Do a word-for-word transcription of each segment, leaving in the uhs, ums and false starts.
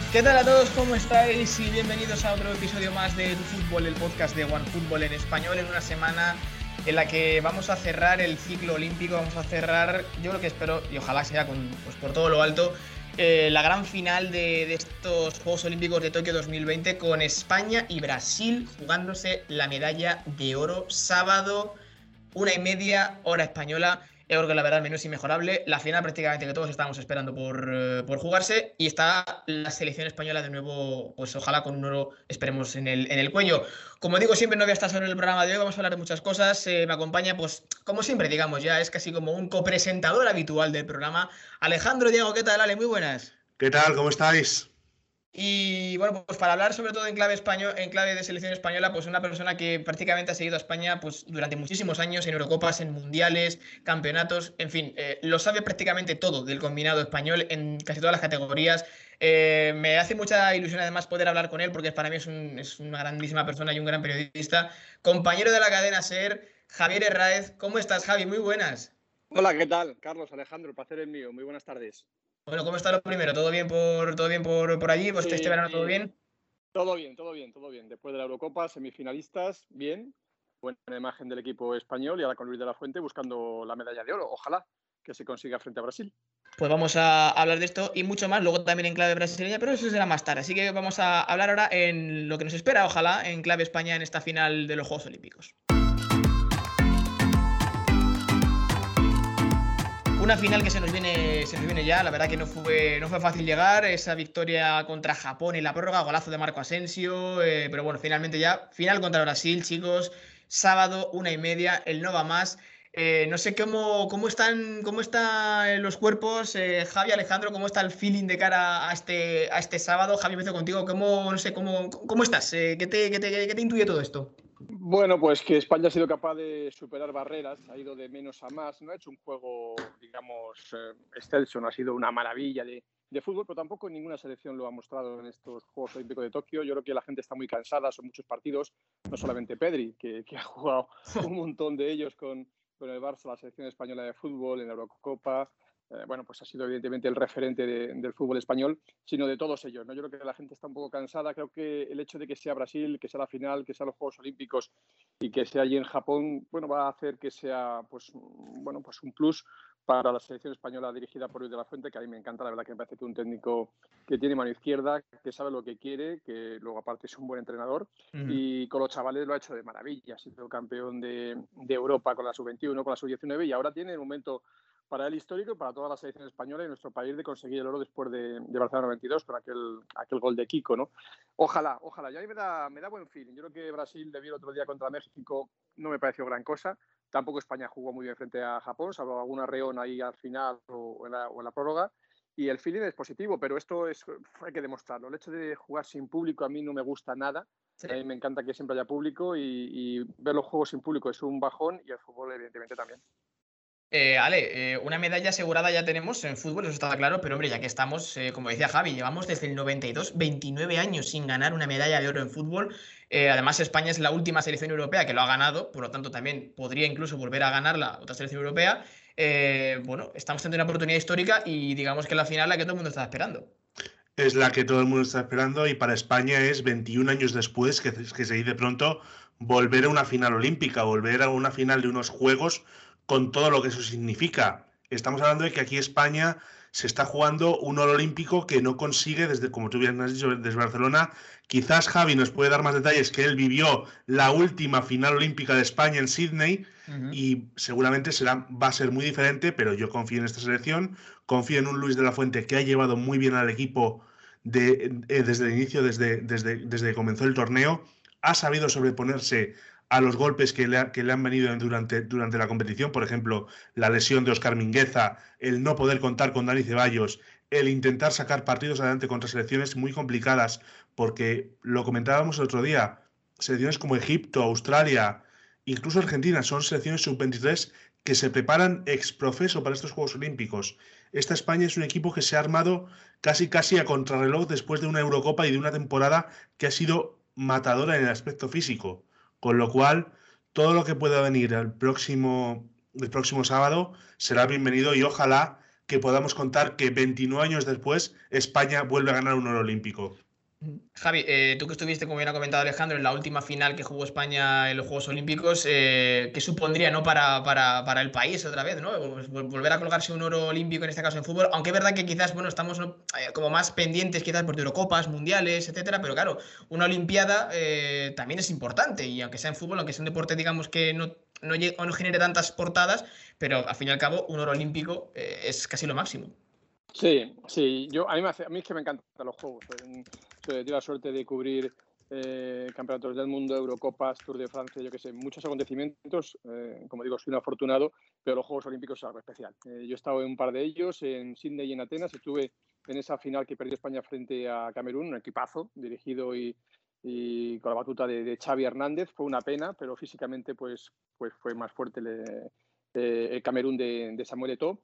¿Qué tal a todos? ¿Cómo estáis? Y bienvenidos a otro episodio más de Tu Fútbol, el podcast de OneFootball en español, en una semana en la que vamos a cerrar el ciclo olímpico, vamos a cerrar, yo lo que espero, y ojalá sea con, pues por todo lo alto, eh, la gran final de, de estos Juegos Olímpicos de Tokio dos mil veinte con España y Brasil jugándose la medalla de oro sábado, una y media, hora española. Yo creo que la verdad el menú es inmejorable. La final prácticamente que todos estábamos esperando por, eh, por jugarse. Y está la selección española de nuevo, pues ojalá con un oro, esperemos, en el, en el cuello. Como digo, siempre no voy a estar solo en el programa de hoy. Vamos a hablar de muchas cosas. Eh, me acompaña, pues, como siempre, digamos, ya es casi como un copresentador habitual del programa. Alejandro Diego, ¿qué tal, Ale? Muy buenas. ¿Qué tal? ¿Cómo estáis? Y bueno, pues para hablar sobre todo en clave español, en clave de selección española, pues una persona que prácticamente ha seguido a España pues durante muchísimos años en Eurocopas, en mundiales, campeonatos, en fin, eh, lo sabe prácticamente todo del combinado español en casi todas las categorías. Eh, me hace mucha ilusión además poder hablar con él porque para mí es, un, es una grandísima persona y un gran periodista. Compañero de la cadena SER, Javier Herráez. ¿Cómo estás, Javi? Muy buenas. Hola, ¿qué tal? Carlos, Alejandro, el placer es mío. Muy buenas tardes. Bueno, ¿cómo está lo primero? ¿Todo bien por, todo bien por, por allí? Pues Sí, este verano todo bien. Todo bien, todo bien, todo bien. Después de la Eurocopa, semifinalistas, bien. Buena imagen del equipo español y ahora con Luis de la Fuente buscando la medalla de oro. Ojalá que se consiga frente a Brasil. Pues vamos a hablar de esto y mucho más, luego también en clave brasileña, pero eso será más tarde. Así que vamos a hablar ahora en lo que nos espera, ojalá, en clave España en esta final de los Juegos Olímpicos. Una final que se nos viene, se nos viene ya, la verdad que no fue, no fue fácil llegar, esa victoria contra Japón en la prórroga, golazo de Marco Asensio, eh, pero bueno, finalmente ya, final contra Brasil, chicos, sábado, una y media, el no va más. Eh, no sé cómo, cómo están cómo están los cuerpos, eh, Javi, Alejandro, cómo está el feeling de cara a este, a este sábado. Javi, empiezo contigo, ¿cómo, no sé, cómo, cómo estás? Eh, ¿qué, te, qué, te, ¿Qué te intuye todo esto? Bueno, pues que España ha sido capaz de superar barreras, ha ido de menos a más, no ha hecho un juego, digamos, eh, excelso, no ha sido una maravilla de, de fútbol, pero tampoco ninguna selección lo ha mostrado en estos Juegos Olímpicos de Tokio. Yo creo que la gente está muy cansada, son muchos partidos, no solamente Pedri, que, que ha jugado un montón de ellos con, con el Barça, la selección española de fútbol, en la Eurocopa. Eh, bueno, pues ha sido evidentemente el referente de, del fútbol español, sino de todos ellos, ¿no? Yo creo que la gente está un poco cansada. Creo que el hecho de que sea Brasil, que sea la final, que sean los Juegos Olímpicos y que sea allí en Japón, bueno, va a hacer que sea, pues, bueno, pues un plus para la selección española dirigida por Luis de la Fuente, que a mí me encanta. La verdad que me parece que es un técnico que tiene mano izquierda, que sabe lo que quiere, que luego aparte es un buen entrenador. Uh-huh. Y con los chavales lo ha hecho de maravilla. Ha sido campeón de, de Europa con la sub veintiuno, con la sub diecinueve, y ahora tiene el momento para el histórico y para toda la selección española y nuestro país de conseguir el oro después de, de Barcelona noventa y dos con aquel, aquel gol de Kiko, ¿no? Ojalá, ojalá. Y a mí me da, me da buen feeling. Yo creo que Brasil debió el otro día contra México, no me pareció gran cosa. Tampoco España jugó muy bien frente a Japón, salvo alguna reón ahí al final o en la, o en la prórroga. Y el feeling es positivo, pero esto es, hay que demostrarlo. El hecho de jugar sin público a mí no me gusta nada. Sí. A mí me encanta que siempre haya público y, y ver los juegos sin público es un bajón y el fútbol evidentemente también. Eh, Ale, eh, una medalla asegurada ya tenemos en fútbol, eso está claro, pero hombre, ya que estamos, eh, como decía Javi, llevamos desde el noventa y dos, veintinueve años sin ganar una medalla de oro en fútbol. Eh, además, España es la última selección europea que lo ha ganado, por lo tanto también podría incluso volver a ganarla otra selección europea. Eh, bueno, estamos teniendo una oportunidad histórica y digamos que la final la que todo el mundo está esperando. Es la que todo el mundo está esperando y para España es veintiún años después, que, que se dice pronto, volver a una final olímpica, volver a una final de unos Juegos con todo lo que eso significa. Estamos hablando de que aquí España se está jugando un oro olímpico que no consigue desde, como tú bien has dicho, desde Barcelona. Quizás Javi nos puede dar más detalles, que él vivió la última final olímpica de España en Sydney. Uh-huh. Y seguramente será, va a ser muy diferente, pero yo confío en esta selección, confío en un Luis de la Fuente que ha llevado muy bien al equipo de, eh, desde el inicio, desde, desde, desde que comenzó el torneo, ha sabido sobreponerse a los golpes que le, ha, que le han venido durante, durante la competición, por ejemplo, la lesión de Óscar Mingueza, el no poder contar con Dani Ceballos, el intentar sacar partidos adelante contra selecciones muy complicadas, porque lo comentábamos el otro día, selecciones como Egipto, Australia, incluso Argentina, son selecciones sub veintitrés que se preparan ex profeso para estos Juegos Olímpicos. Esta España es un equipo que se ha armado casi casi a contrarreloj después de una Eurocopa y de una temporada que ha sido matadora en el aspecto físico. Con lo cual, todo lo que pueda venir el próximo, el próximo sábado será bienvenido y ojalá que podamos contar que veintinueve años después España vuelve a ganar un oro olímpico. Javi, eh, tú que estuviste, como bien ha comentado Alejandro, en la última final que jugó España en los Juegos Olímpicos, eh, ¿qué supondría, ¿no? para, para, para el país otra vez, ¿no? Pues volver a colgarse un oro olímpico, en este caso en fútbol, aunque es verdad que quizás, bueno, estamos ¿no? eh, como más pendientes quizás por Eurocopas, mundiales, etcétera, pero claro, una Olimpiada eh, también es importante, y aunque sea en fútbol, aunque sea un deporte, digamos, que no, no, no, no genere tantas portadas, pero al fin y al cabo, un oro olímpico eh, es casi lo máximo. Sí, sí, yo, a, mí me hace, a mí es que me encantan los juegos. Tuve la suerte de cubrir eh, campeonatos del mundo, Eurocopas, Tour de Francia, yo qué sé, muchos acontecimientos. Eh, como digo, soy un afortunado, pero los Juegos Olímpicos es algo especial. Eh, yo he estado en un par de ellos, en Sydney y en Atenas. Estuve en esa final que perdió España frente a Camerún, un equipazo dirigido y, y con la batuta de, de Xavi Hernández. Fue una pena, pero físicamente pues, pues fue más fuerte el, eh, el Camerún de, de Samuel Eto'o.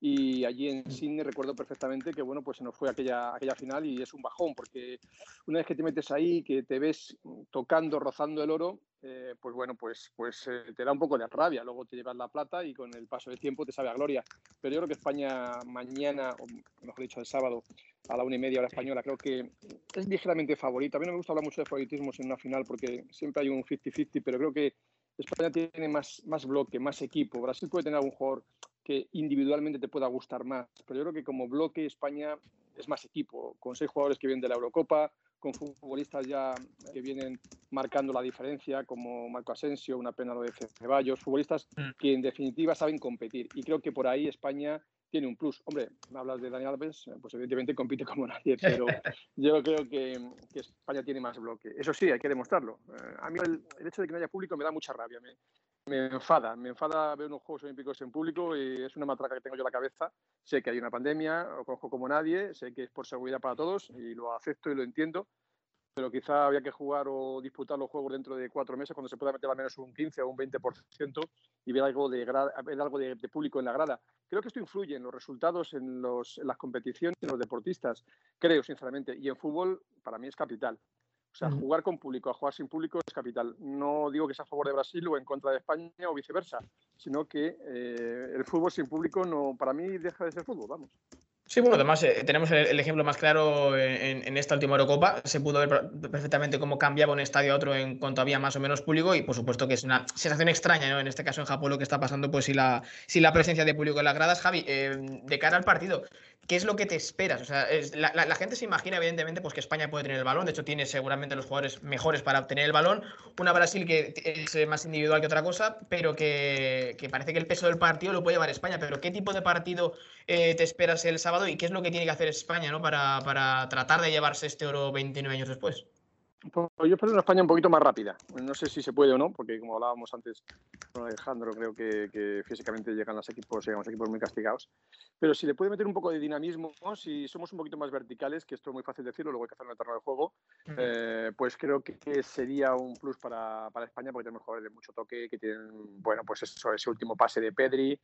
Y allí en Sydney recuerdo perfectamente que bueno, pues se nos fue aquella, aquella final y es un bajón, porque una vez que te metes ahí, que te ves tocando, rozando el oro, eh, pues bueno, pues, pues eh, te da un poco de rabia. Luego te llevas la plata y con el paso del tiempo te sabe a gloria. Pero yo creo que España mañana, o mejor dicho el sábado, a la una y media hora española, creo que es ligeramente favorita. A mí no me gusta hablar mucho de favoritismos en una final porque siempre hay un cincuenta cincuenta, pero creo que España tiene más, más bloque, más equipo. Brasil puede tener algún jugador que individualmente te pueda gustar más, pero yo creo que como bloque España es más equipo, con seis jugadores que vienen de la Eurocopa, con futbolistas ya que vienen marcando la diferencia, como Marco Asensio, una pena lo de Ceballos, futbolistas que en definitiva saben competir, y creo que por ahí España tiene un plus. Hombre, me hablas de Dani Alves, pues evidentemente compite como nadie, pero yo creo que, que España tiene más bloque. Eso sí, hay que demostrarlo. Eh, a mí el, el hecho de que no haya público me da mucha rabia, me, me enfada, me enfada ver unos Juegos Olímpicos en público y es una matraca que tengo yo en la cabeza. Sé que hay una pandemia, lo conozco como nadie, sé que es por seguridad para todos y lo acepto y lo entiendo, pero quizá había que jugar o disputar los juegos dentro de cuatro meses cuando se pueda meter al menos un quince o un veinte por ciento y ver algo de, grada, ver algo de, de público en la grada. Creo que esto influye en los resultados, en, los, en las competiciones, en los deportistas, creo sinceramente, y en fútbol para mí es capital. O sea, jugar con público a jugar sin público es capital. No digo que sea a favor de Brasil o en contra de España o viceversa, sino que eh, el fútbol sin público no, para mí deja de ser fútbol, vamos. Sí, bueno, además eh, tenemos el, el ejemplo más claro en, en esta última Eurocopa. Se pudo ver perfectamente cómo cambiaba un estadio a otro en cuanto había más o menos público, y por supuesto que es una sensación extraña, ¿no? En este caso en Japón lo que está pasando, pues si la, si la presencia de público en las gradas. Javi, eh, de cara al partido, ¿qué es lo que te esperas? O sea, es, la, la, la gente se imagina evidentemente pues que España puede tener el balón, de hecho tiene seguramente los jugadores mejores para obtener el balón, una Brasil que es más individual que otra cosa, pero que, que parece que el peso del partido lo puede llevar España. Pero ¿qué tipo de partido eh, te esperas el sábado y qué es lo que tiene que hacer España, ¿no? para, para tratar de llevarse este oro veintinueve años después? Pues yo espero una España un poquito más rápida. No sé si se puede o no, porque como hablábamos antes con Alejandro, creo que, que físicamente llegan los equipos, llegan los equipos muy castigados. Pero si le puede meter un poco de dinamismo, ¿no? Si somos un poquito más verticales, que esto es muy fácil decirlo, luego hay que hacerlo en el terreno de juego, uh-huh. eh, pues creo que sería un plus para, para España, porque tenemos jugadores de mucho toque, que tienen, bueno, pues eso, ese último pase de Pedri,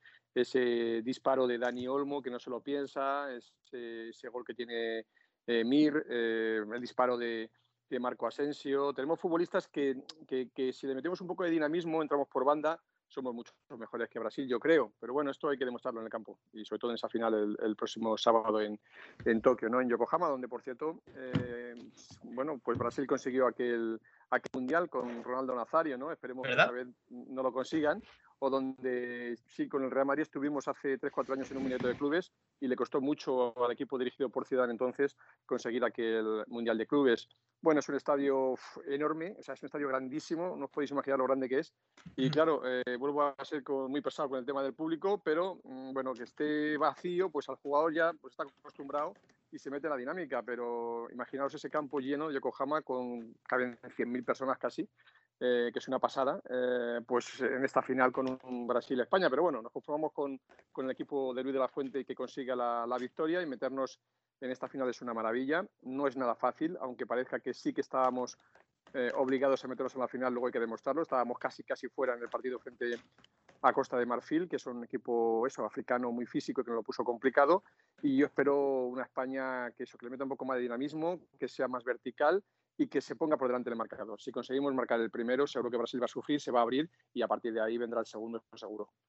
ese disparo de Dani Olmo, que no se lo piensa, ese, ese gol que tiene eh, Mir, eh, el disparo de de Marco Asensio. Tenemos futbolistas que, que, que si le metemos un poco de dinamismo, entramos por banda, somos mucho mejores que Brasil, yo creo. Pero bueno, esto hay que demostrarlo en el campo y sobre todo en esa final el, el próximo sábado en, en Tokio, ¿no? En Yokohama, donde por cierto, eh, bueno, pues Brasil consiguió aquel, aquel mundial con Ronaldo Nazario, ¿no? Esperemos ¿verdad? Que esta vez no lo consigan. O donde sí, con el Real Madrid estuvimos hace tres cuatro años en un mundial de clubes y le costó mucho al equipo dirigido por Zidane entonces conseguir aquel mundial de clubes. Bueno, es un estadio enorme, o sea, es un estadio grandísimo, no os podéis imaginar lo grande que es. Y claro, eh, vuelvo a ser con, muy pesado con el tema del público, pero mmm, bueno, que esté vacío, pues al jugador ya pues, está acostumbrado y se mete en la dinámica. Pero imaginaos ese campo lleno de Yokohama con caben cien mil personas casi. Eh, que es una pasada, eh, pues en esta final con un Brasil-España. Pero bueno, nos conformamos con, con el equipo de Luis de la Fuente que consiga la, la victoria y meternos en esta final es una maravilla. No es nada fácil, aunque parezca que sí que estábamos eh, obligados a meternos en la final, luego hay que demostrarlo. Estábamos casi casi fuera en el partido frente a Costa de Marfil, que es un equipo eso, africano muy físico que nos lo puso complicado. Y yo espero una España que eso, que le meta un poco más de dinamismo, que sea más vertical y que se ponga por delante del marcador. Si conseguimos marcar el primero, seguro que Brasil va a sufrir, se va a abrir y a partir de ahí vendrá el segundo, seguro.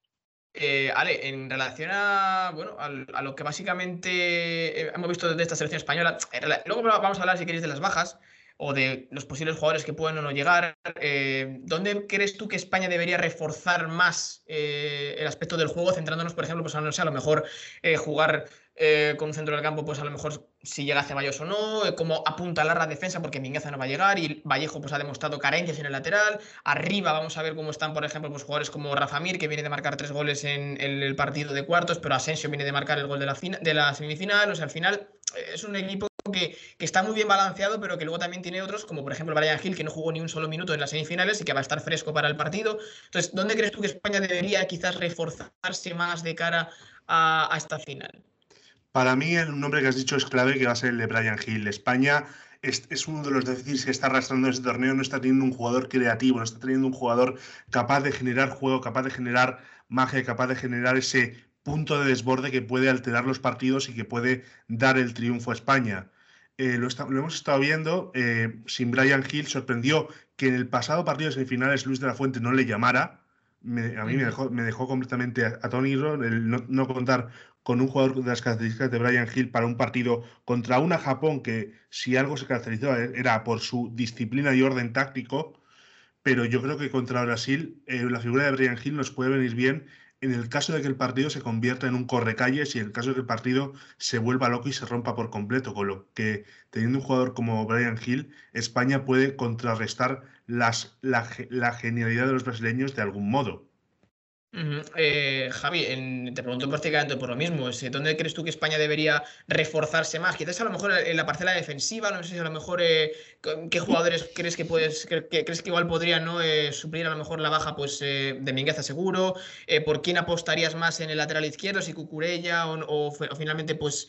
Eh, Ale, en relación a, bueno, al- a, lo que básicamente eh, hemos visto de esta selección española, en rela- luego vamos a hablar, si queréis, de las bajas o de los posibles jugadores que pueden o no llegar. Eh, ¿dónde crees tú que España debería reforzar más eh, el aspecto del juego, centrándonos, por ejemplo, pues a no sé, a lo mejor eh, jugar eh, con un centro del campo, pues a lo mejor si llega Ceballos o no, eh, cómo apuntalar la defensa, porque Mingueza no va a llegar y Vallejo pues ha demostrado carencias en el lateral. Arriba vamos a ver cómo están, por ejemplo, pues, jugadores como Rafa Mir, que viene de marcar tres goles en el, el partido de cuartos, pero Asensio viene de marcar el gol de la, fina, de la semifinal. O sea, al final eh, es un equipo que, que, está muy bien balanceado, pero que luego también tiene otros, como por ejemplo Brian Hill, que no jugó ni un solo minuto en las semifinales y que va a estar fresco para el partido. Entonces, ¿dónde crees tú que España debería quizás reforzarse más de cara a, a esta final? Para mí, el nombre que has dicho es clave, que va a ser el de Brian Hill. España es, es uno de los déficits que está arrastrando este torneo. No está teniendo un jugador creativo, no está teniendo un jugador capaz de generar juego, capaz de generar magia, capaz de generar ese punto de desborde que puede alterar los partidos y que puede dar el triunfo a España. Eh, lo, está, lo, hemos estado viendo, eh, sin Brian Hill sorprendió que en el pasado partido de semifinales Luis de la Fuente no le llamara. Me, a mí me dejó, me dejó completamente atónito el no, no contar con un jugador de las características de Brian Hill para un partido contra una Japón que, si algo se caracterizó, era por su disciplina y orden táctico. Pero yo creo que contra Brasil eh, la figura de Brian Hill nos puede venir bien en el caso de que el partido se convierta en un correcalles y en el caso de que el partido se vuelva loco y se rompa por completo, con lo que teniendo un jugador como Brian Hill, España puede contrarrestar las, la, la genialidad de los brasileños de algún modo. Uh-huh. eh, Javi, en, te pregunto prácticamente por lo mismo. ¿Dónde crees tú que España debería reforzarse más? Quizás a lo mejor en la parcela defensiva, no sé si a lo mejor eh, qué jugadores crees que puedes, que, que crees que igual podrían, ¿no? eh, suplir a lo mejor la baja pues eh, de Mingueza seguro. Eh, ¿por quién apostarías más en el lateral izquierdo? Si Cucurella o, o, o finalmente pues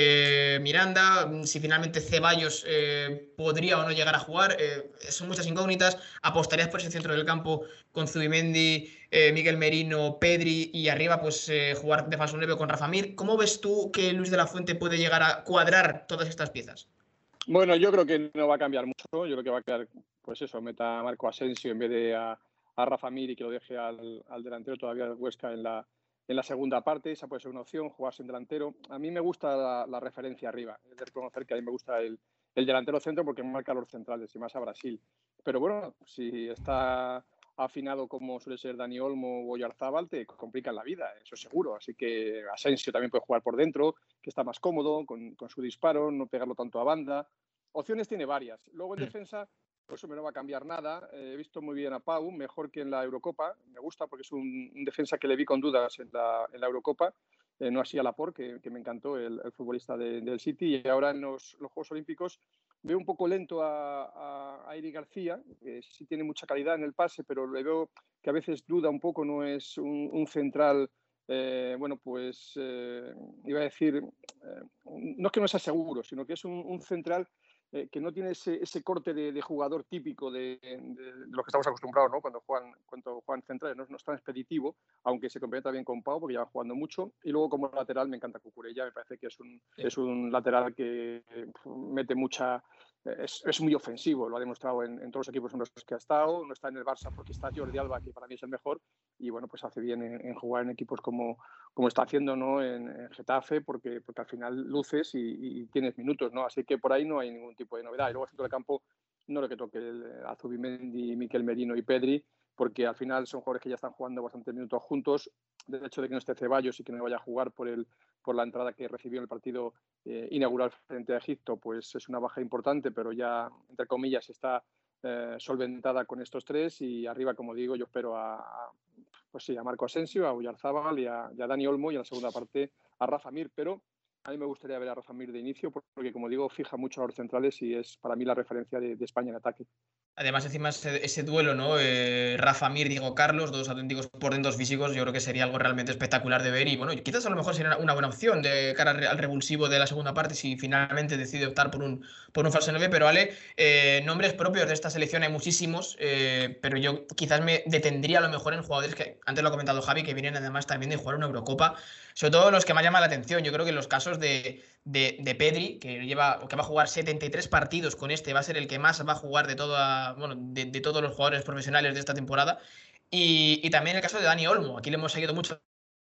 eh, Miranda, si finalmente Ceballos eh, podría o no llegar a jugar. Eh, son muchas incógnitas. ¿Apostarías por ese centro del campo con Zubimendi, eh, Miguel Merino, Pedri y arriba pues eh, jugar de falso nueve con Rafa Mir? ¿Cómo ves tú que Luis de la Fuente puede llegar a cuadrar todas estas piezas? Bueno, yo creo que no va a cambiar mucho. Yo creo que va a quedar, pues eso, meta a Marco Asensio en vez de a, a Rafa Mir y que lo deje al, al delantero todavía del Huesca en la, en la segunda parte. Esa puede ser una opción, jugarse en delantero. A mí me gusta la, la referencia arriba. Es de reconocer que a mí me gusta el, el delantero centro porque marca los centrales y más a Brasil. Pero bueno, si está afinado como suele ser Dani Olmo o Oyarzábal, te complican la vida, eso seguro. Así que Asensio también puede jugar por dentro, que está más cómodo con, con su disparo, no pegarlo tanto a banda. Opciones tiene varias. Luego en defensa, pues eso no va a cambiar nada. Eh, he visto muy bien a Pau, mejor que en la Eurocopa. Me gusta porque es un, un defensa que le vi con dudas en la, en la Eurocopa. Eh, no así a Laporte, que, que me encantó, el, el futbolista de, del City. Y ahora en los, los Juegos Olímpicos veo un poco lento a, a, a Eric García, que sí tiene mucha calidad en el pase, pero le veo que a veces duda un poco, no es un, un central... Eh, bueno, pues eh, iba a decir, eh, no es que no sea seguro, sino que es un, un central eh, que no tiene ese, ese corte de, de jugador típico de, de, de los que estamos acostumbrados, ¿no? Cuando juegan, cuando juegan centrales, no, no es tan expeditivo, aunque se complementa bien con Pau porque ya va jugando mucho. Y luego como lateral me encanta Cucurella, me parece que es un, sí. es un lateral que mete mucha... Es, es muy ofensivo, lo ha demostrado en, en todos los equipos en los que ha estado. No está en el Barça porque está Jordi Alba, que para mí es el mejor, y bueno, pues hace bien en, en jugar en equipos como, como está haciendo, ¿no? en, en Getafe, porque, porque al final luces y, y tienes minutos, ¿no? Así que por ahí no hay ningún tipo de novedad. Y luego el centro del campo no lo que toque el, a Zubimendi, Miquel Merino y Pedri, porque al final son jugadores que ya están jugando bastantes minutos juntos. Del hecho de que no esté Ceballos y que no vaya a jugar por, el, por la entrada que recibió en el partido eh, inaugural frente a Egipto, pues es una baja importante, pero ya, entre comillas, está eh, solventada con estos tres. Y arriba, como digo, yo espero a, a pues sí, a Marco Asensio, a Oyarzábal y a, y a Dani Olmo, y en la segunda parte a Rafa Mir, pero a mí me gustaría ver a Rafa Mir de inicio porque, como digo, fija mucho a los centrales y es para mí la referencia de, de España en ataque. Además, encima ese, ese duelo, ¿no? Eh, Rafa Mir, Diego Carlos, dos auténticos portentos físicos, yo creo que sería algo realmente espectacular de ver. Y bueno, quizás a lo mejor sería una buena opción de cara al revulsivo de la segunda parte si finalmente decide optar por un, por un falso nueve. Pero Ale, eh, nombres propios de esta selección hay muchísimos, eh, pero yo quizás me detendría a lo mejor en jugadores que, antes lo ha comentado Javi, que vienen además también de jugar una Eurocopa. Sobre todo los que más llaman la atención. Yo creo que en los casos de, de, de Pedri, que lleva, que va a jugar setenta y tres partidos con este, va a ser el que más va a jugar de toda, bueno, de, de todos los jugadores profesionales de esta temporada. Y, y también el caso de Dani Olmo. Aquí le hemos seguido mucho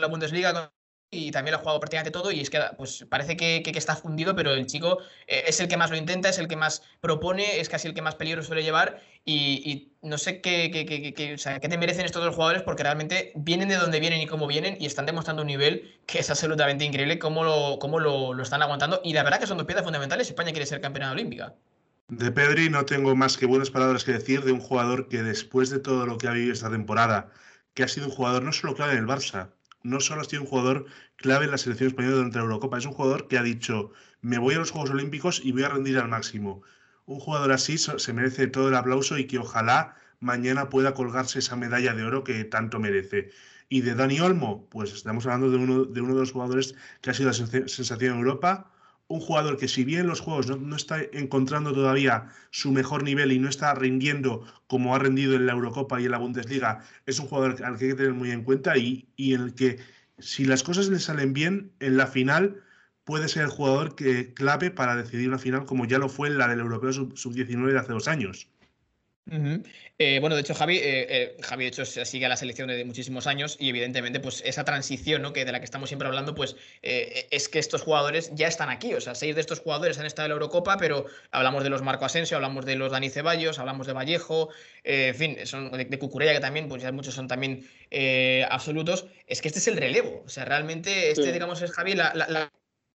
la Bundesliga y también lo ha jugado prácticamente todo y es que pues parece que, que, que está fundido, pero el chico eh, es el que más lo intenta, es el que más propone, es casi el que más peligro suele llevar y, y no sé qué, qué, qué, qué, o sea, qué te merecen estos dos jugadores porque realmente vienen de donde vienen y cómo vienen y están demostrando un nivel que es absolutamente increíble cómo lo, cómo lo, lo están aguantando y la verdad que son dos piezas fundamentales si España quiere ser campeona olímpica. De Pedri no tengo más que buenas palabras que decir de un jugador que después de todo lo que ha vivido esta temporada, que ha sido un jugador no solo clave en el Barça, no solo ha sido un jugador clave en la selección española durante la Eurocopa, es un jugador que ha dicho, me voy a los Juegos Olímpicos y voy a rendir al máximo. Un jugador así se merece todo el aplauso y que ojalá mañana pueda colgarse esa medalla de oro que tanto merece. Y de Dani Olmo, pues estamos hablando de uno de, uno de los jugadores que ha sido la sensación en Europa, un jugador que si bien los juegos no, no está encontrando todavía su mejor nivel y no está rindiendo como ha rendido en la Eurocopa y en la Bundesliga, es un jugador al que hay que tener muy en cuenta y, y en el que si las cosas le salen bien, en la final puede ser el jugador que clave para decidir una final como ya lo fue en la del Europeo sub diecinueve de hace dos años. Uh-huh. Eh, bueno, de hecho, Javi, eh, eh, Javi, de hecho, sigue a la selección de muchísimos años y evidentemente, pues esa transición, ¿no? Que de la que estamos siempre hablando, pues eh, es que estos jugadores ya están aquí. O sea, seis de estos jugadores han estado en la Eurocopa, pero hablamos de los Marco Asensio, hablamos de los Dani Ceballos, hablamos de Vallejo, eh, en fin, son de, de Cucurella, que también, pues ya muchos son también eh, absolutos. Es que este es el relevo. O sea, realmente este, sí. digamos, es Javi, la, la, la,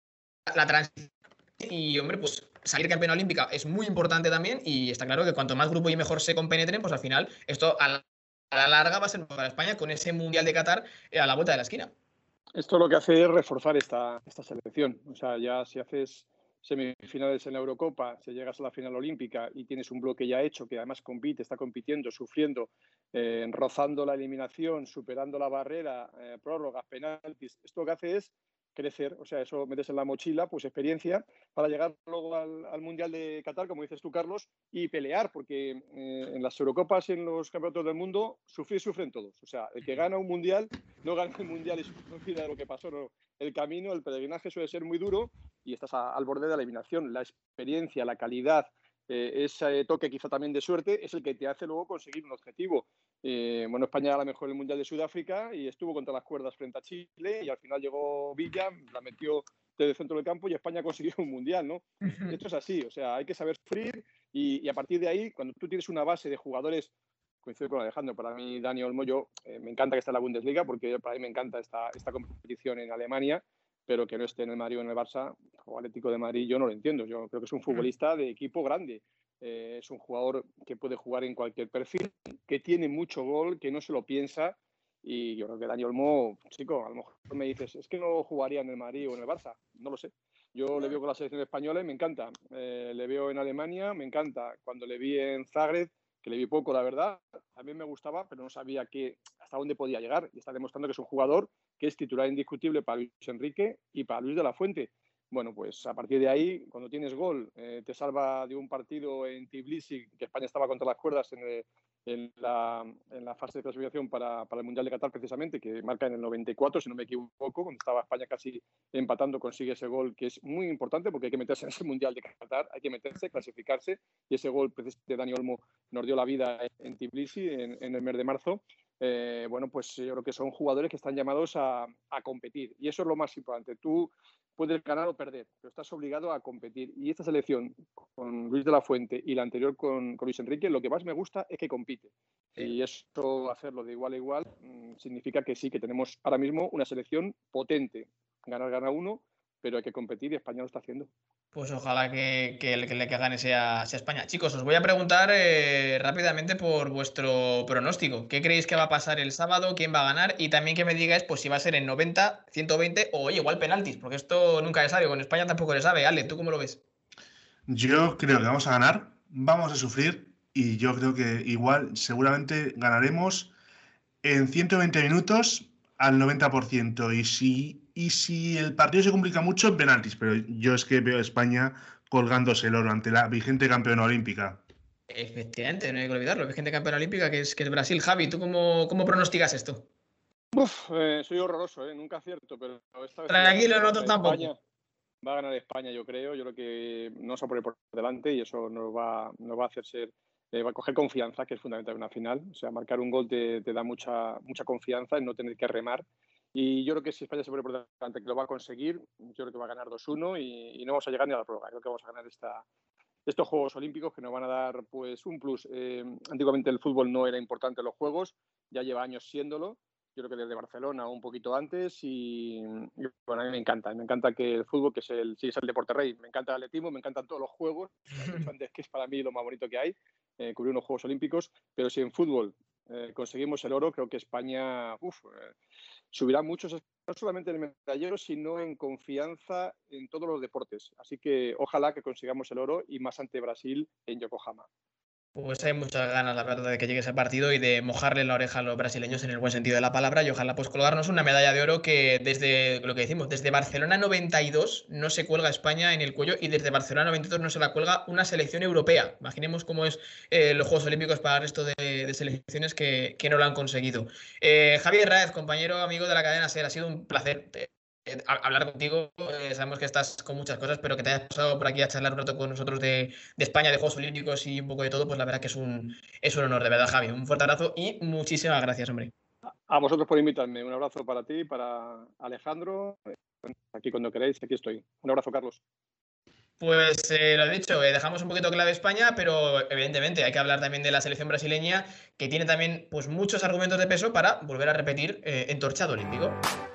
la transición. Y, hombre, pues salir campeona olímpica es muy importante también y está claro que cuanto más grupo y mejor se compenetren, pues al final esto a la, a la larga va a ser para España con ese Mundial de Qatar eh, a la vuelta de la esquina. Esto lo que hace es reforzar esta, esta selección. O sea, ya si haces semifinales en la Eurocopa, si llegas a la final olímpica y tienes un bloque ya hecho que además compite, está compitiendo, sufriendo, eh, rozando la eliminación, superando la barrera, eh, prórrogas, penaltis, esto lo que hace es crecer, o sea, eso metes en la mochila, pues experiencia, para llegar luego al, al Mundial de Qatar, como dices tú, Carlos, y pelear, porque eh, en las Eurocopas y en los campeonatos del mundo, sufrir sufren todos. O sea, el que gana un Mundial, no gana el Mundial y se olvida de lo que pasó, no. El camino, el peregrinaje suele ser muy duro y estás a, al borde de la eliminación. La experiencia, la calidad, eh, ese toque quizá también de suerte, es el que te hace luego conseguir un objetivo. Eh, bueno, España a lo mejor en el Mundial de Sudáfrica y estuvo contra las cuerdas frente a Chile y al final llegó Villa, la metió desde el centro del campo y España consiguió un Mundial, ¿no? Uh-huh. Esto es así, o sea, hay que saber sufrir y, y a partir de ahí, cuando tú tienes una base de jugadores, coincido con Alejandro, para mí Dani Olmo, yo eh, me encanta que esté en la Bundesliga porque para mí me encanta esta, esta competición en Alemania, pero que no esté en el Madrid o en el Barça o Atlético de Madrid, yo no lo entiendo. Yo creo que es un futbolista de equipo grande. Eh, es un jugador que puede jugar en cualquier perfil, que tiene mucho gol, que no se lo piensa. Y yo creo que Dani Olmo, chico, a lo mejor me dices, es que no jugaría en el Madrid o en el Barça. No lo sé. Yo le veo con la selección española y me encanta. Eh, le veo en Alemania, me encanta. Cuando le vi en Zagreb, que le vi poco, la verdad, también me gustaba, pero no sabía que, hasta dónde podía llegar. Y está demostrando que es un jugador que es titular indiscutible para Luis Enrique y para Luis de la Fuente. Bueno, pues a partir de ahí, cuando tienes gol, eh, te salva de un partido en Tbilisi, que España estaba contra las cuerdas en, el, en, la, en la fase de clasificación para, para el Mundial de Qatar, precisamente, que marca en el noventa y cuatro, si no me equivoco, cuando estaba España casi empatando, consigue ese gol que es muy importante porque hay que meterse en ese Mundial de Qatar, hay que meterse, clasificarse, y ese gol precisamente de Dani Olmo nos dio la vida en Tbilisi en, en el mes de marzo. Eh, bueno, pues yo creo que son jugadores que están llamados a, a competir y eso es lo más importante. Tú puedes ganar o perder, pero estás obligado a competir. Y esta selección con Luis de la Fuente y la anterior con, con Luis Enrique, lo que más me gusta es que compite. Sí. Y eso, hacerlo de igual a igual, mmm, significa que sí, que tenemos ahora mismo una selección potente. Ganar gana uno, pero hay que competir y España lo está haciendo. Pues ojalá que, que el que, que gane sea, sea España. Chicos, os voy a preguntar eh, rápidamente por vuestro pronóstico. ¿Qué creéis que va a pasar el sábado? ¿Quién va a ganar? Y también que me digáis pues, si va a ser en noventa, ciento veinte o oye, igual penaltis, porque esto nunca se sabe. Con España tampoco se sabe. Ale, ¿tú cómo lo ves? Yo creo que vamos a ganar, vamos a sufrir y yo creo que igual seguramente ganaremos en ciento veinte minutos al noventa por ciento y si, y si el partido se complica mucho en penaltis, pero yo es que veo a España colgándose el oro ante la vigente campeona olímpica. Efectivamente, no hay que olvidarlo, vigente campeona olímpica que es, que es Brasil. Javi, ¿tú cómo, cómo pronosticas esto? Uf, eh, soy horroroso, eh, nunca acierto, pero esta vez tranquilo, nosotros tampoco. Va a ganar España, yo creo. Yo creo que no se va a poner por delante y eso nos va, nos va a hacer ser, eh, va a coger confianza, que es fundamental en una final. O sea, marcar un gol te, te da mucha, mucha confianza en no tener que remar. Y yo creo que si España se pone por delante, que lo va a conseguir, yo creo que va a ganar dos uno y, y no vamos a llegar ni a la prórroga. Creo que vamos a ganar esta, estos Juegos Olímpicos que nos van a dar pues un plus. Eh, antiguamente el fútbol no era importante en los Juegos, ya lleva años siéndolo. Yo creo que desde Barcelona o un poquito antes y, y bueno, a mí me encanta. Me encanta que el fútbol, que es el, sí, es el deporte rey, me encanta el atletismo, me encantan todos los juegos. Antes, que es para mí lo más bonito que hay, eh, cubrir unos Juegos Olímpicos. Pero si en fútbol eh, conseguimos el oro, creo que España uf, eh, subirá mucho, no solamente en el medallero, sino en confianza en todos los deportes. Así que ojalá que consigamos el oro y más ante Brasil en Yokohama. Pues hay muchas ganas, la verdad, de que llegue ese partido y de mojarle la oreja a los brasileños en el buen sentido de la palabra y ojalá pues colgarnos una medalla de oro que desde lo que decimos, desde Barcelona noventa y dos no se cuelga España en el cuello y desde Barcelona noventa y dos no se la cuelga una selección europea. Imaginemos cómo es eh, los Juegos Olímpicos para el resto de, de selecciones que, que no lo han conseguido. Eh, Javier Raez, compañero, amigo de la cadena SER, ha sido un placer eh, hablar contigo. Eh, sabemos que estás con muchas cosas, pero que te hayas pasado por aquí a charlar un rato con nosotros de, de España, de Juegos Olímpicos y un poco de todo, pues la verdad que es un, es un honor, de verdad, Javi. Un fuerte abrazo y muchísimas gracias, hombre. A vosotros por invitarme. Un abrazo para ti, para Alejandro. Aquí cuando queráis, aquí estoy. Un abrazo, Carlos. Pues eh, lo dicho, eh, dejamos un poquito clave España, pero evidentemente hay que hablar también de la selección brasileña, que tiene también pues muchos argumentos de peso para volver a repetir eh, entorchado olímpico.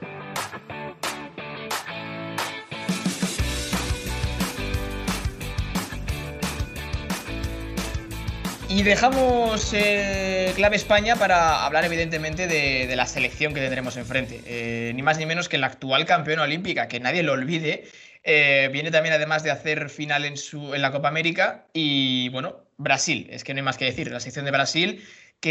Y dejamos eh, clave España para hablar evidentemente de, de la selección que tendremos enfrente. Eh, ni más ni menos que la actual campeona olímpica, que nadie lo olvide. Eh, viene también además de hacer final en, su, en la Copa América. Y bueno, Brasil, es que no hay más que decir. La selección de Brasil,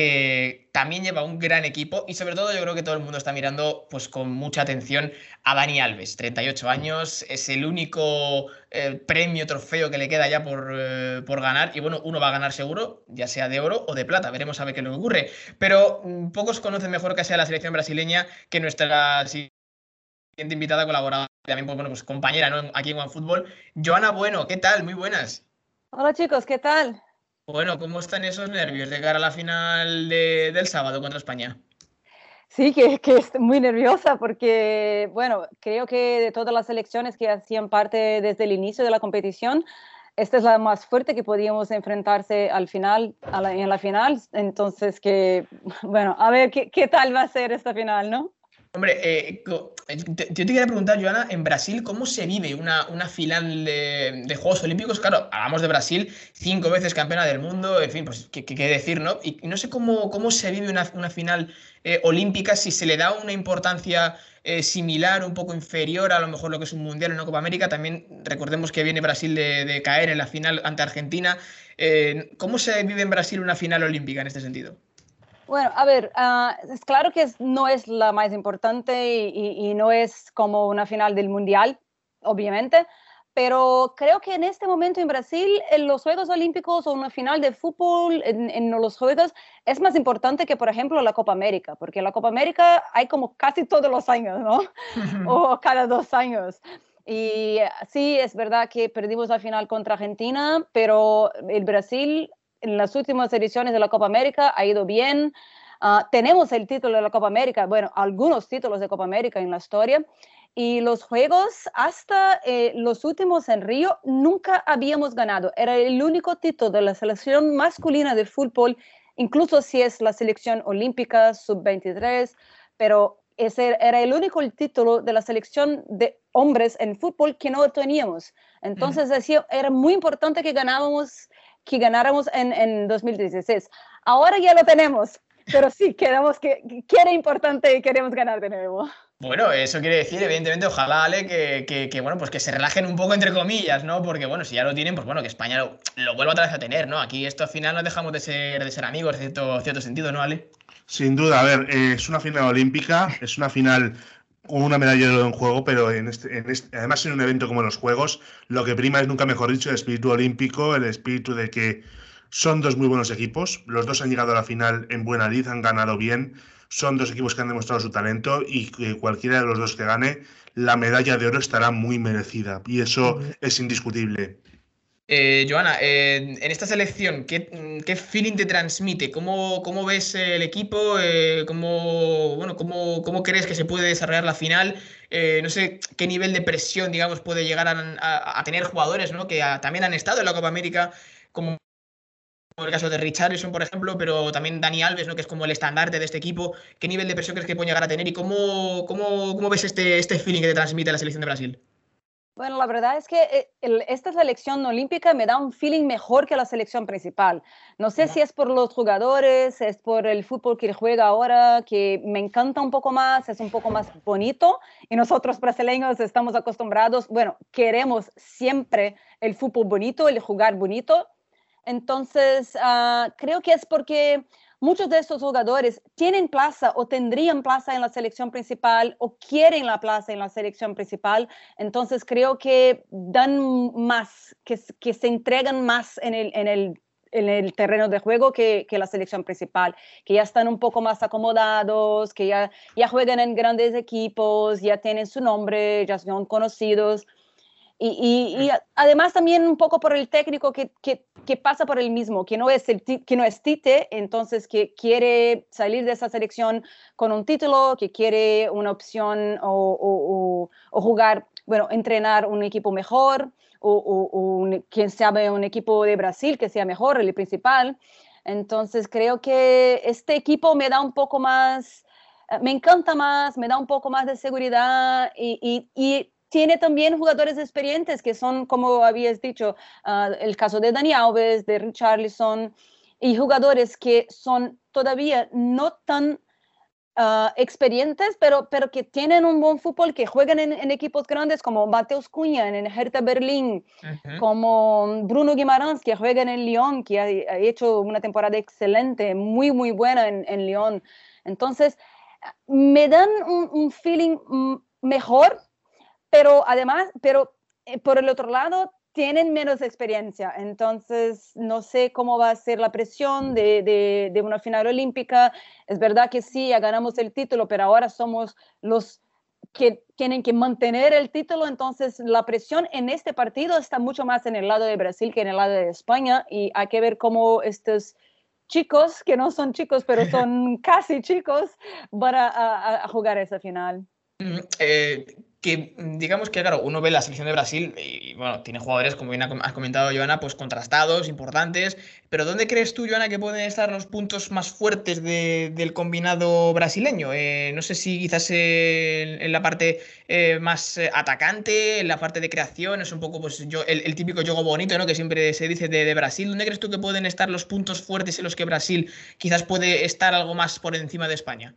que también lleva un gran equipo y sobre todo yo creo que todo el mundo está mirando pues con mucha atención a Dani Alves, treinta y ocho años, es el único eh, premio, trofeo que le queda ya por, eh, por ganar y bueno, uno va a ganar seguro, ya sea de oro o de plata, veremos a ver qué es lo que ocurre, pero mmm, pocos conocen mejor que sea la selección brasileña que nuestra siguiente invitada colaboradora, también pues, bueno, pues compañera, ¿no? Aquí en OneFootball, Joana Bueno, ¿qué tal? Muy buenas. Hola chicos, ¿qué tal? Bueno, ¿cómo están esos nervios de cara a la final de, del sábado contra España? Sí, que, que estoy muy nerviosa porque, bueno, creo que de todas las selecciones que hacían parte desde el inicio de la competición, esta es la más fuerte que podíamos enfrentarse al final, a la, en la final. Entonces, que, bueno, a ver qué, qué tal va a ser esta final, ¿no? Hombre, eh, yo te quería preguntar, Joana, en Brasil, ¿cómo se vive una, una final de, de Juegos Olímpicos? Claro, hablamos de Brasil, cinco veces campeona del mundo, en fin, pues qué, qué decir, ¿no? Y no sé cómo, cómo se vive una, una final eh, olímpica, si se le da una importancia eh, similar, un poco inferior a lo mejor lo que es un Mundial o una Copa América. También recordemos que viene Brasil de, de caer en la final ante Argentina. Eh, ¿Cómo se vive en Brasil una final olímpica en este sentido? Bueno, a ver, uh, es claro que es, no es la más importante y, y, y no es como una final del Mundial, obviamente, pero creo que en este momento en Brasil, en los Juegos Olímpicos o una final de fútbol en, en los Juegos es más importante que, por ejemplo, la Copa América, porque la Copa América hay como casi todos los años, ¿no? O cada dos años. Y sí, es verdad que perdimos la final contra Argentina, pero el Brasil en las últimas ediciones de la Copa América ha ido bien. Uh, tenemos el título de la Copa América, bueno, algunos títulos de Copa América en la historia. Y los Juegos, hasta eh, los últimos en Río, nunca habíamos ganado. Era el único título de la selección masculina de fútbol, incluso si es la selección olímpica sub veintitrés, pero ese era el único título de la selección de hombres en fútbol que no teníamos. Entonces, decía, era muy importante que ganábamos que ganáramos en, en dos mil dieciséis. Ahora ya lo tenemos, pero sí, queremos que, que era importante y queremos ganar de nuevo. Bueno, eso quiere decir, evidentemente, ojalá, Ale, que, que, que, bueno, pues que se relajen un poco entre comillas, ¿no? Porque, bueno, si ya lo tienen, pues bueno, que España lo, lo vuelva otra vez a tener, ¿no? Aquí esto al final no dejamos de ser, de ser amigos, en cierto, cierto sentido, ¿no, Ale? Sin duda, a ver, eh, es una final olímpica, es una final con una medalla de oro en juego, pero en este, en este, además en un evento como los Juegos, lo que prima es, nunca mejor dicho, el espíritu olímpico, el espíritu de que son dos muy buenos equipos, los dos han llegado a la final en buena lid, han ganado bien, son dos equipos que han demostrado su talento y que cualquiera de los dos que gane, la medalla de oro estará muy merecida y eso uh-huh. es indiscutible. Eh, Joana, eh, en esta selección, ¿qué, qué feeling te transmite? ¿Cómo, cómo ves el equipo? Eh, ¿cómo, bueno, cómo, cómo crees que se puede desarrollar la final? Eh, no sé qué nivel de presión, digamos, puede llegar a, a- a tener jugadores, ¿no? Que ah, también han estado en la Copa América, como el caso de Richarlison, por ejemplo, pero también Dani Alves, ¿no? Que es como el estandarte de este equipo. ¿Qué nivel de presión crees que pueden llegar a tener y cómo, cómo, cómo ves este, este feeling que te transmite la selección de Brasil? Bueno, la verdad es que eh, el- esta selección olímpica me da un feeling mejor que la selección principal. No sé si es por los jugadores, es por el fútbol que juega ahora, que me encanta un poco más, es un poco más bonito. Y nosotros brasileños estamos acostumbrados, bueno, queremos siempre el fútbol bonito, el jugar bonito. Entonces, uh, creo que es porque muchos de estos jugadores tienen plaza o tendrían plaza en la selección principal o quieren la plaza en la selección principal. Entonces, creo que dan más, que, que se entregan más en el, en el, en el terreno de juego que, que la selección principal, que ya están un poco más acomodados, que ya, ya juegan en grandes equipos, ya tienen su nombre, ya son conocidos. Y, y, y, además también un poco por el técnico que, que, que pasa por el mismo, que no, es el, que no es Tite, entonces que quiere salir de esa selección con un título, que quiere una opción o, o, o, o jugar, bueno, entrenar un equipo mejor, o, o, o un, quien sabe un equipo de Brasil que sea mejor, el principal. Entonces creo que este equipo me da un poco más, me encanta más, me da un poco más de seguridad y, y, y tiene también jugadores experientes que son, como habías dicho, uh, el caso de Dani Alves, de Richarlison, y jugadores que son todavía no tan uh, experientes, pero, pero que tienen un buen fútbol, que juegan en, en equipos grandes como Mateus Cunha en el Hertha Berlín, uh-huh. como Bruno Guimarães, que juega en el Lyon, que ha, ha hecho una temporada excelente, muy, muy buena en, en Lyon. Entonces, me dan un, un feeling mejor, pero además, pero eh, por el otro lado, tienen menos experiencia. Entonces, no sé cómo va a ser la presión de, de, de una final olímpica. Es verdad que sí, ya ganamos el título, pero ahora somos los que tienen que mantener el título. Entonces, la presión en este partido está mucho más en el lado de Brasil que en el lado de España. Y hay que ver cómo estos chicos, que no son chicos, pero son casi chicos, van a, a, a jugar esa final. Mm, eh, que digamos que, claro, uno ve la selección de Brasil y, bueno, tiene jugadores, como bien has comentado, Joana, pues contrastados, importantes, pero ¿dónde crees tú, Joana, que pueden estar los puntos más fuertes de, del combinado brasileño? Eh, no sé si quizás en, en la parte eh, más eh, atacante, en la parte de creación, es un poco pues yo, el, el típico juego bonito, ¿no? Que siempre se dice de, de Brasil. ¿Dónde crees tú que pueden estar los puntos fuertes en los que Brasil quizás puede estar algo más por encima de España?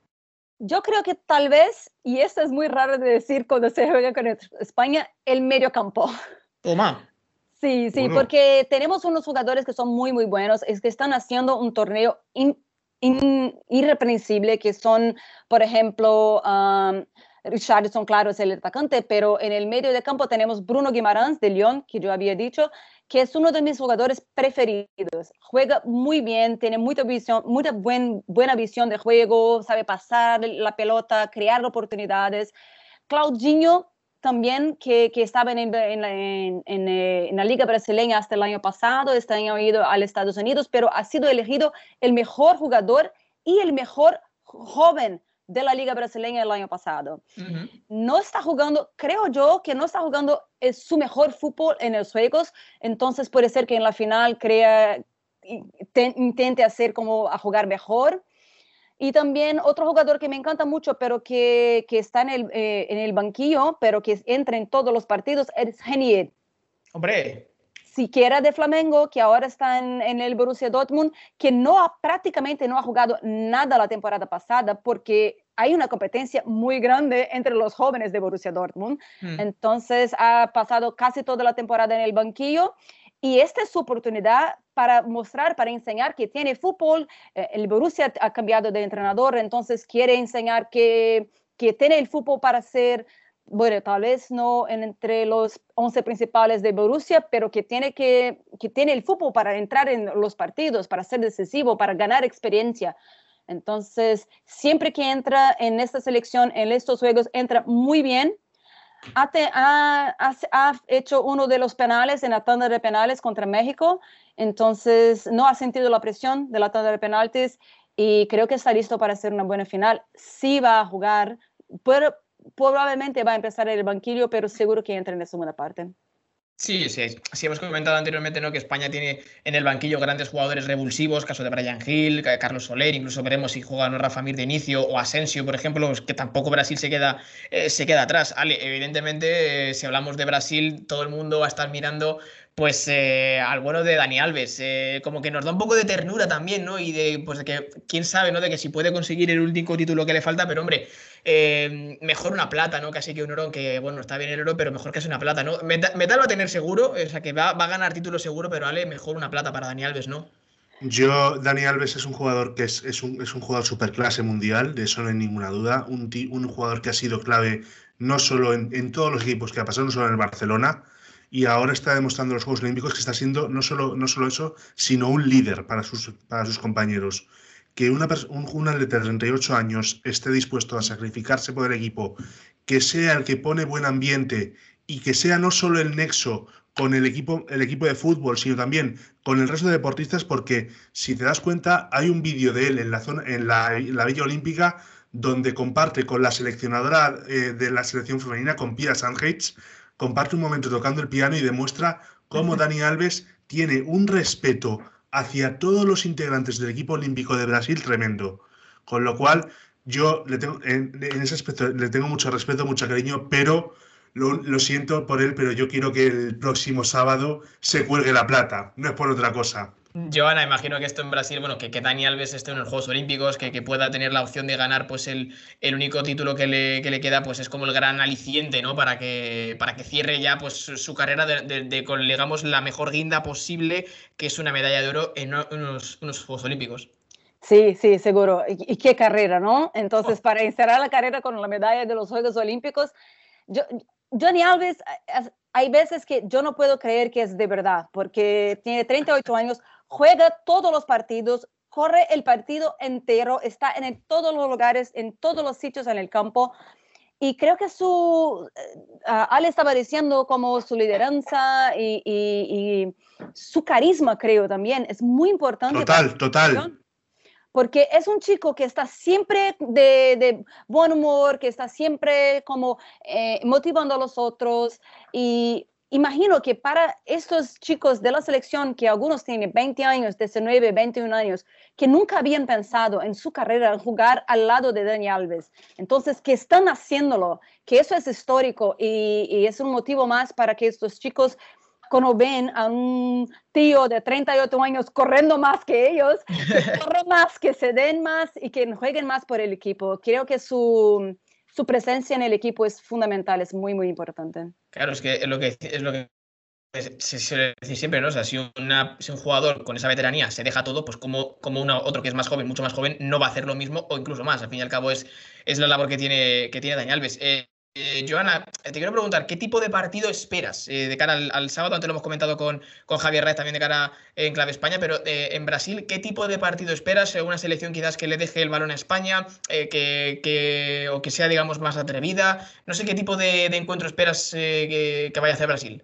Yo creo que tal vez, y esto es muy raro de decir cuando se juega con España, el medio campo. Toma. Sí, sí, bueno. Porque tenemos unos jugadores que son muy, muy buenos, es que están haciendo un torneo in, in, irreprensible, que son, por ejemplo, um, Richarlison, claro, es el atacante, pero en el medio de campo tenemos Bruno Guimarães de Lyon, que yo había dicho, que es uno de mis jugadores preferidos. Juega muy bien, tiene mucha visión, mucha buen, buena visión de juego, sabe pasar la pelota, crear oportunidades. Claudinho también, que, que estaba en, en, en, en, en la Liga Brasileña hasta el año pasado, este año ha ido a los Estados Unidos, pero ha sido elegido el mejor jugador y el mejor joven de la Liga Brasileña el año pasado. Uh-huh. No está jugando, creo yo, que no está jugando es su mejor fútbol en los juegos, entonces puede ser que en la final crea, te, intente hacer como a jugar mejor. Y también otro jugador que me encanta mucho, pero que, que está en el, eh, en el banquillo, pero que entra en todos los partidos, es Renier. ¡Hombre! Siquiera de Flamengo, que ahora está en, en el Borussia Dortmund, que no ha, prácticamente no ha jugado nada la temporada pasada porque hay una competencia muy grande entre los jóvenes de Borussia Dortmund. Mm. Entonces ha pasado casi toda la temporada en el banquillo y esta es su oportunidad para mostrar, para enseñar que tiene fútbol. Eh, el Borussia ha cambiado de entrenador, entonces quiere enseñar que, que tiene el fútbol para ser... bueno, tal vez no en, entre los once principales de Borussia, pero que tiene, que, que tiene el fútbol para entrar en los partidos, para ser decisivo, para ganar experiencia. Entonces, siempre que entra en esta selección, en estos juegos, entra muy bien. ha, te, ha, ha, ha hecho uno de los penales en la tanda de penales contra México, entonces no ha sentido la presión de la tanda de penaltis y creo que está listo para hacer una buena final. Sí va a jugar, pero probablemente va a empezar en el banquillo, pero seguro que entra en la segunda parte. Sí, sí, sí, hemos comentado anteriormente, ¿no?, que España tiene en el banquillo grandes jugadores revulsivos, caso de Bryan Gil, Carlos Soler, incluso veremos si juega ¿no? Rafa Mir de inicio o Asensio, por ejemplo, pues que tampoco Brasil se queda, eh, se queda atrás. Ale, evidentemente, eh, si hablamos de Brasil, todo el mundo va a estar mirando pues eh, al bueno de Dani Alves, eh, como que nos da un poco de ternura también, ¿no? Y de, pues de que, quién sabe, ¿no? De que si puede conseguir el último título que le falta, pero hombre, eh, mejor una plata, ¿no? Casi que un oro, aunque bueno, está bien el oro, pero mejor que es una plata, ¿no? Metal, Metal va a tener seguro, o sea que va, va a ganar título seguro, pero Ale, mejor una plata para Dani Alves, ¿no? Yo, Dani Alves es un jugador que es, es, un, es un jugador superclase mundial, de eso no hay ninguna duda. Un, un jugador que ha sido clave no solo en, en todos los equipos que ha pasado, no solo en el Barcelona, y ahora está demostrando en los Juegos Olímpicos que está siendo no solo, no solo eso, sino un líder para sus, para sus compañeros. Que una, un, un atleta de treinta y ocho años esté dispuesto a sacrificarse por el equipo, que sea el que pone buen ambiente y que sea no solo el nexo con el equipo, el equipo de fútbol, sino también con el resto de deportistas, porque si te das cuenta, hay un vídeo de él en la, zona, en la, en la Villa Olímpica donde comparte con la seleccionadora eh, de la selección femenina, con Pia Sandhage, comparte un momento tocando el piano y demuestra cómo Dani Alves tiene un respeto hacia todos los integrantes del equipo olímpico de Brasil tremendo. Con lo cual, yo le tengo, en, en ese aspecto le tengo mucho respeto, mucho cariño, pero lo, lo siento por él, pero yo quiero que el próximo sábado se cuelgue la plata, no es por otra cosa. Joana, imagino que esto en Brasil, bueno, que, que Dani Alves esté en los Juegos Olímpicos, que, que pueda tener la opción de ganar pues el, el único título que le, que le queda, pues es como el gran aliciente, ¿no? Para que, para que cierre ya pues su carrera de, de, de con, digamos, la mejor guinda posible, que es una medalla de oro en unos, unos Juegos Olímpicos. Sí, sí, seguro. Y, y qué carrera, ¿no? Entonces, oh. para encerrar la carrera con la medalla de los Juegos Olímpicos, yo, Dani Alves, hay veces que yo no puedo creer que es de verdad, porque tiene treinta y ocho años, juega todos los partidos, corre el partido entero, está en el, todos los lugares, en todos los sitios en el campo. Y creo que su, uh, Ale estaba diciendo como su lideranza y, y, y su carisma, creo también, es muy importante. Total, para total. Porque es un chico que está siempre de, de buen humor, que está siempre como eh, motivando a los otros. Y imagino que para estos chicos de la selección, que algunos tienen veinte años, diecinueve, veintiún años, que nunca habían pensado en su carrera jugar al lado de Dani Alves. Entonces, que están haciéndolo, que eso es histórico y, y es un motivo más para que estos chicos, cuando ven a un tío de treinta y ocho años corriendo más que ellos, que corran más, que se den más y que jueguen más por el equipo. Creo que su, su presencia en el equipo es fundamental, es muy, muy importante. Claro, es que es lo que, es lo que se suele decir siempre, ¿no? O sea, si, una, si un jugador con esa veteranía se deja todo, pues como, como una, otro que es más joven, mucho más joven, no va a hacer lo mismo o incluso más. Al fin y al cabo es, es la labor que tiene, que tiene Dani Alves. Eh, Eh, Joana, te quiero preguntar, ¿qué tipo de partido esperas eh, de cara al, al sábado? Antes lo hemos comentado con, con Javier Raez también de cara eh, en Clave España, pero eh, en Brasil, ¿qué tipo de partido esperas? Eh, ¿Una selección quizás que le deje el balón a España eh, que, que, o que sea, digamos, más atrevida? No sé qué tipo de, de encuentro esperas eh, que, que vaya a hacer Brasil.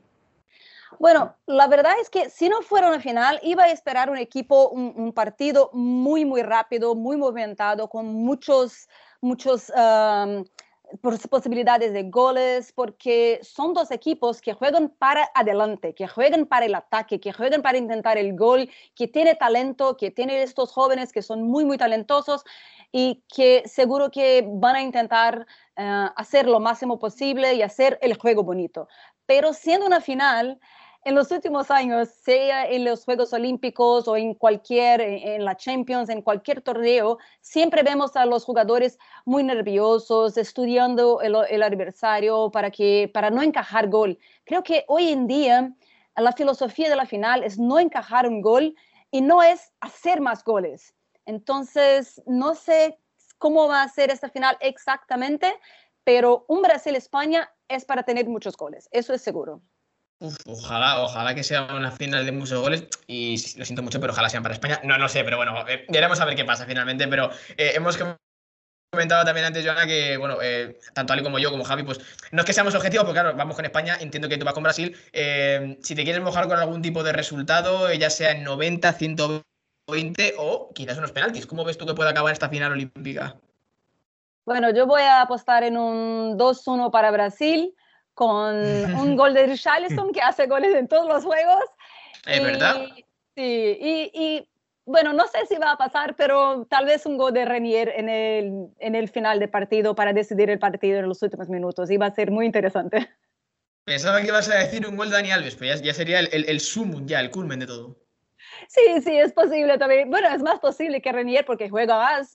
Bueno, la verdad es que si no fuera una final, iba a esperar un equipo, un, un partido muy, muy rápido, muy movimentado, con muchos, muchos... Um, posibilidades de goles, porque son dos equipos que juegan para adelante, que juegan para el ataque, que juegan para intentar el gol, que tiene talento, que tiene estos jóvenes que son muy, muy talentosos y que seguro que van a intentar uh, hacer lo máximo posible y hacer el juego bonito. Pero siendo una final, en los últimos años, sea en los Juegos Olímpicos o en cualquier, en la Champions, en cualquier torneo, siempre vemos a los jugadores muy nerviosos, estudiando el, el adversario para, que, para no encajar gol. Creo que hoy en día la filosofía de la final es no encajar un gol y no es hacer más goles. Entonces, no sé cómo va a ser esta final exactamente, pero un Brasil-España es para tener muchos goles, eso es seguro. Uf, ojalá, ojalá que sea una final de muchos goles y lo siento mucho, pero ojalá sean para España. No, no sé, pero bueno, eh, veremos a ver qué pasa finalmente, pero eh, hemos comentaba también antes, Joana, que, bueno, eh, tanto Ali como yo, como Javi, pues no es que seamos objetivos, porque claro, vamos con España, entiendo que tú vas con Brasil. Eh, si te quieres mojar con algún tipo de resultado, ya sea en noventa, ciento veinte o quizás unos penaltis, ¿cómo ves tú que puede acabar esta final olímpica? Bueno, yo voy a apostar en un dos uno para Brasil, con un gol de Richarlison, que hace goles en todos los juegos. Es y, verdad. Sí, y, y bueno, no sé si va a pasar, pero tal vez un gol de Renier en el, en el final del partido para decidir el partido en los últimos minutos. Y va a ser muy interesante. Pensaba que ibas a decir un gol de Dani Alves, pero ya, ya sería el, el, el sumum, ya, el culmen de todo. Sí, sí, es posible también. Bueno, es más posible que Renier porque juega más,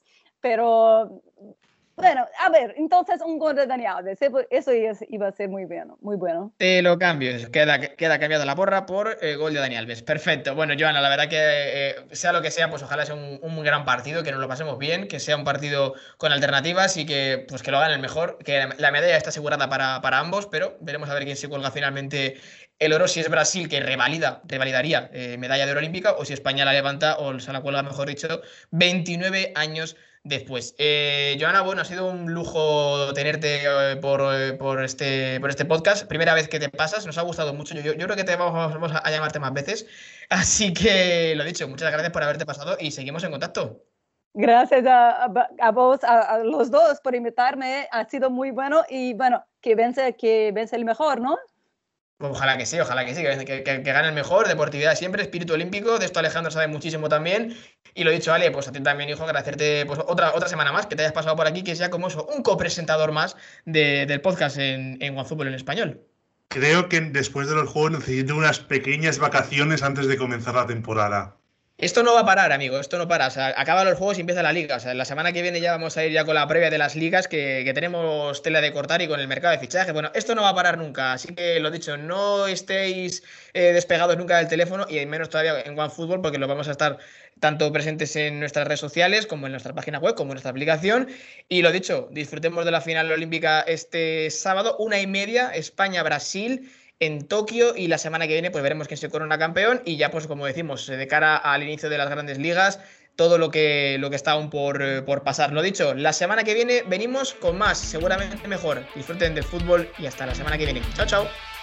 pero bueno, a ver, entonces un gol de Dani Alves, eso iba a ser muy bueno, muy bueno. Te lo cambio, queda, queda cambiado la porra por eh, gol de Dani Alves. Perfecto. Bueno, Joana, la verdad que eh, sea lo que sea, pues ojalá sea un, un gran partido, que nos lo pasemos bien, que sea un partido con alternativas y que, pues, que lo gane el mejor, que la medalla está asegurada para, para ambos, pero veremos a ver quién se cuelga finalmente el oro, si es Brasil, que revalida, revalidaría eh, medalla de oro olímpica, o si España la levanta, o se la cuelga, mejor dicho, veintinueve años después. Eh, Joana, bueno, ha sido un lujo tenerte eh, por, eh, por, este, por este podcast. Primera vez que te pasas, nos ha gustado mucho. Yo, yo, yo creo que te vamos, vamos a llamarte más veces. Así que, lo dicho, muchas gracias por haberte pasado y seguimos en contacto. Gracias a, a, a vos, a, a los dos, por invitarme. Ha sido muy bueno y, bueno, que vence, que vence el mejor, ¿no? Ojalá que sí, ojalá que sí, que, que, que, que gane el mejor, deportividad siempre, espíritu olímpico, de esto Alejandro sabe muchísimo también. Y lo dicho, Ale, pues a ti también, hijo, agradecerte pues, otra, otra semana más que te hayas pasado por aquí, que sea como eso, un copresentador más de, del podcast en, en OneFootball en español. Creo que después de los juegos necesito unas pequeñas vacaciones antes de comenzar la temporada. Esto no va a parar, amigo, esto no para. O sea, acaban los juegos y empieza la liga. O sea, la semana que viene ya vamos a ir ya con la previa de las ligas, que, que tenemos tela de cortar y con el mercado de fichaje. Bueno, esto no va a parar nunca. Así que lo dicho, no estéis eh, despegados nunca del teléfono y menos todavía en OneFootball, porque lo vamos a estar tanto presentes en nuestras redes sociales como en nuestra página web, como en nuestra aplicación. Y lo dicho, disfrutemos de la final olímpica este sábado, una y media, España-Brasil en Tokio, y la semana que viene pues veremos quién se corona campeón y ya pues como decimos, de cara al inicio de las grandes ligas, todo lo que, lo que está aún por, por pasar. Lo dicho, la semana que viene venimos con más, seguramente mejor. Disfruten del fútbol y hasta la semana que viene. Chao, chao.